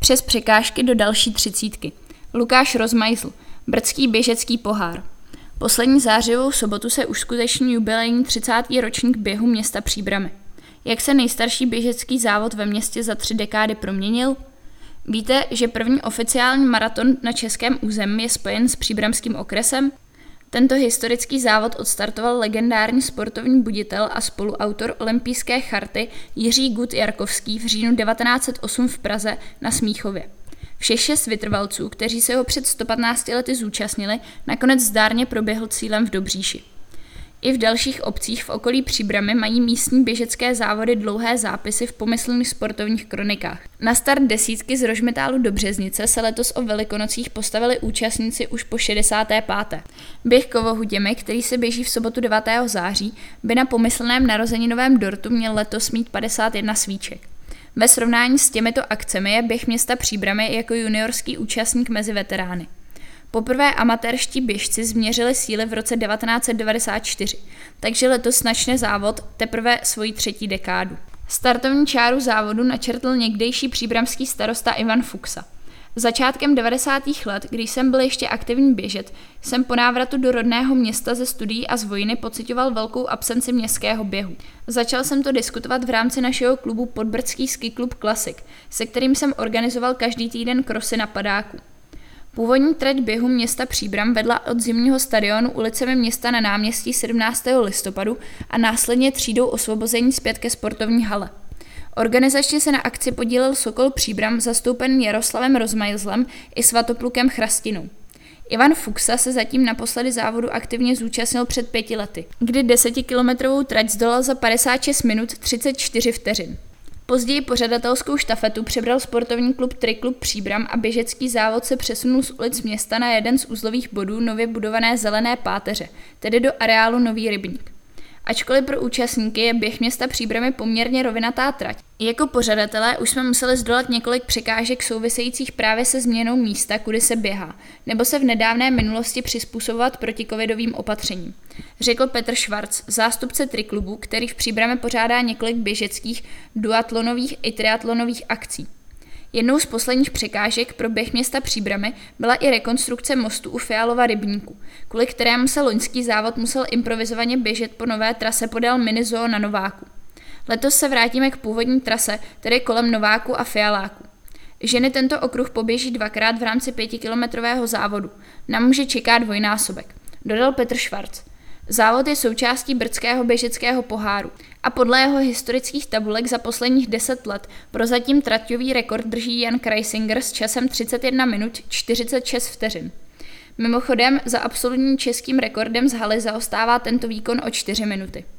Přes překážky do další 30. Lukáš Rozmajzl, Brdský běžecký pohár. Poslední zářijovou sobotu se uskuteční jubilejní 30. ročník běhu města Příbrami. Jak se nejstarší běžecký závod ve městě za 3 dekády proměnil? Víte, že první oficiální maraton na českém území je spojen s příbramským okresem? Tento historický závod odstartoval legendární sportovní buditel a spoluautor olympijské charty Jiří Gut Jarkovský v říjnu 1908 v Praze na Smíchově. Všech 6 vytrvalců, kteří se ho před 115 lety zúčastnili, nakonec zdárně proběhl cílem v Dobříši. I v dalších obcích v okolí Příbrami mají místní běžecké závody dlouhé zápisy v pomyslných sportovních kronikách. Na start 10 z Rožmitálu do Březnice se letos o Velikonocích postavili účastníci už po 65. Běh Kovohutěmi, který se běží v sobotu 9. září, by na pomyslném narozeninovém dortu měl letos mít 51 svíček. Ve srovnání s těmito akcemi je běh města Příbrami jako juniorský účastník mezi veterány. Poprvé amatérští běžci změřili síly v roce 1994, takže letos načne závod teprve svoji 3. dekádu. Startovní čáru závodu načrtl někdejší příbramský starosta Ivan Fuksa. Začátkem 90. let, když jsem byl ještě aktivní běžec, jsem po návratu do rodného města ze studií a z vojny pociťoval velkou absenci městského běhu. Začal jsem to diskutovat v rámci našeho klubu Podbrdský ski klub Classic, se kterým jsem organizoval každý týden krosy na padáku. Původní trať běhu města Příbram vedla od zimního stadionu ulicemi města na náměstí 17. listopadu a následně třídou Osvobození zpět ke sportovní hale. Organizačně se na akci podílel Sokol Příbram zastoupený Jaroslavem Rozmajzlem i Svatoplukem Chrastinou. Ivan Fuksa se zatím naposledy závodu aktivně zúčastnil před 5 lety, kdy 10kilometrovou trať zdolal za 56 minut 34 vteřin. Později pořadatelskou štafetu přebral sportovní klub Triklub Příbram a běžecký závod se přesunul z ulic města na jeden z uzlových bodů nově budované zelené páteře, tedy do areálu Nový Rybník. Ačkoliv pro účastníky je běh města Příbramy poměrně rovinatá trať. Jako pořadatelé už jsme museli zdolat několik překážek souvisejících právě se změnou místa, kudy se běhá, nebo se v nedávné minulosti přizpůsobovat protikovidovým opatřením, řekl Petr Švarc, zástupce Triklubu, který v Příbrami pořádá několik běžeckých, duatlonových i triatlonových akcí. Jednou z posledních překážek pro běh města Příbramy byla i rekonstrukce mostu u Fialova rybníku, kvůli kterému se loňský závod musel improvizovaně běžet po nové trase podél minizoo na Nováku. Letos se vrátíme k původní trase, tedy kolem Nováku a Fialáku. Ženy tento okruh poběží 2krát v rámci 5kilometrového závodu. Nám může čekat dvojnásobek, dodal Petr Švarc. Závod je součástí Brdského běžeckého poháru a podle jeho historických tabulek za posledních 10 let prozatím traťový rekord drží Jan Kreisinger s časem 31 minut 46 vteřin. Mimochodem za absolutním českým rekordem z haly zaostává tento výkon o 4 minuty.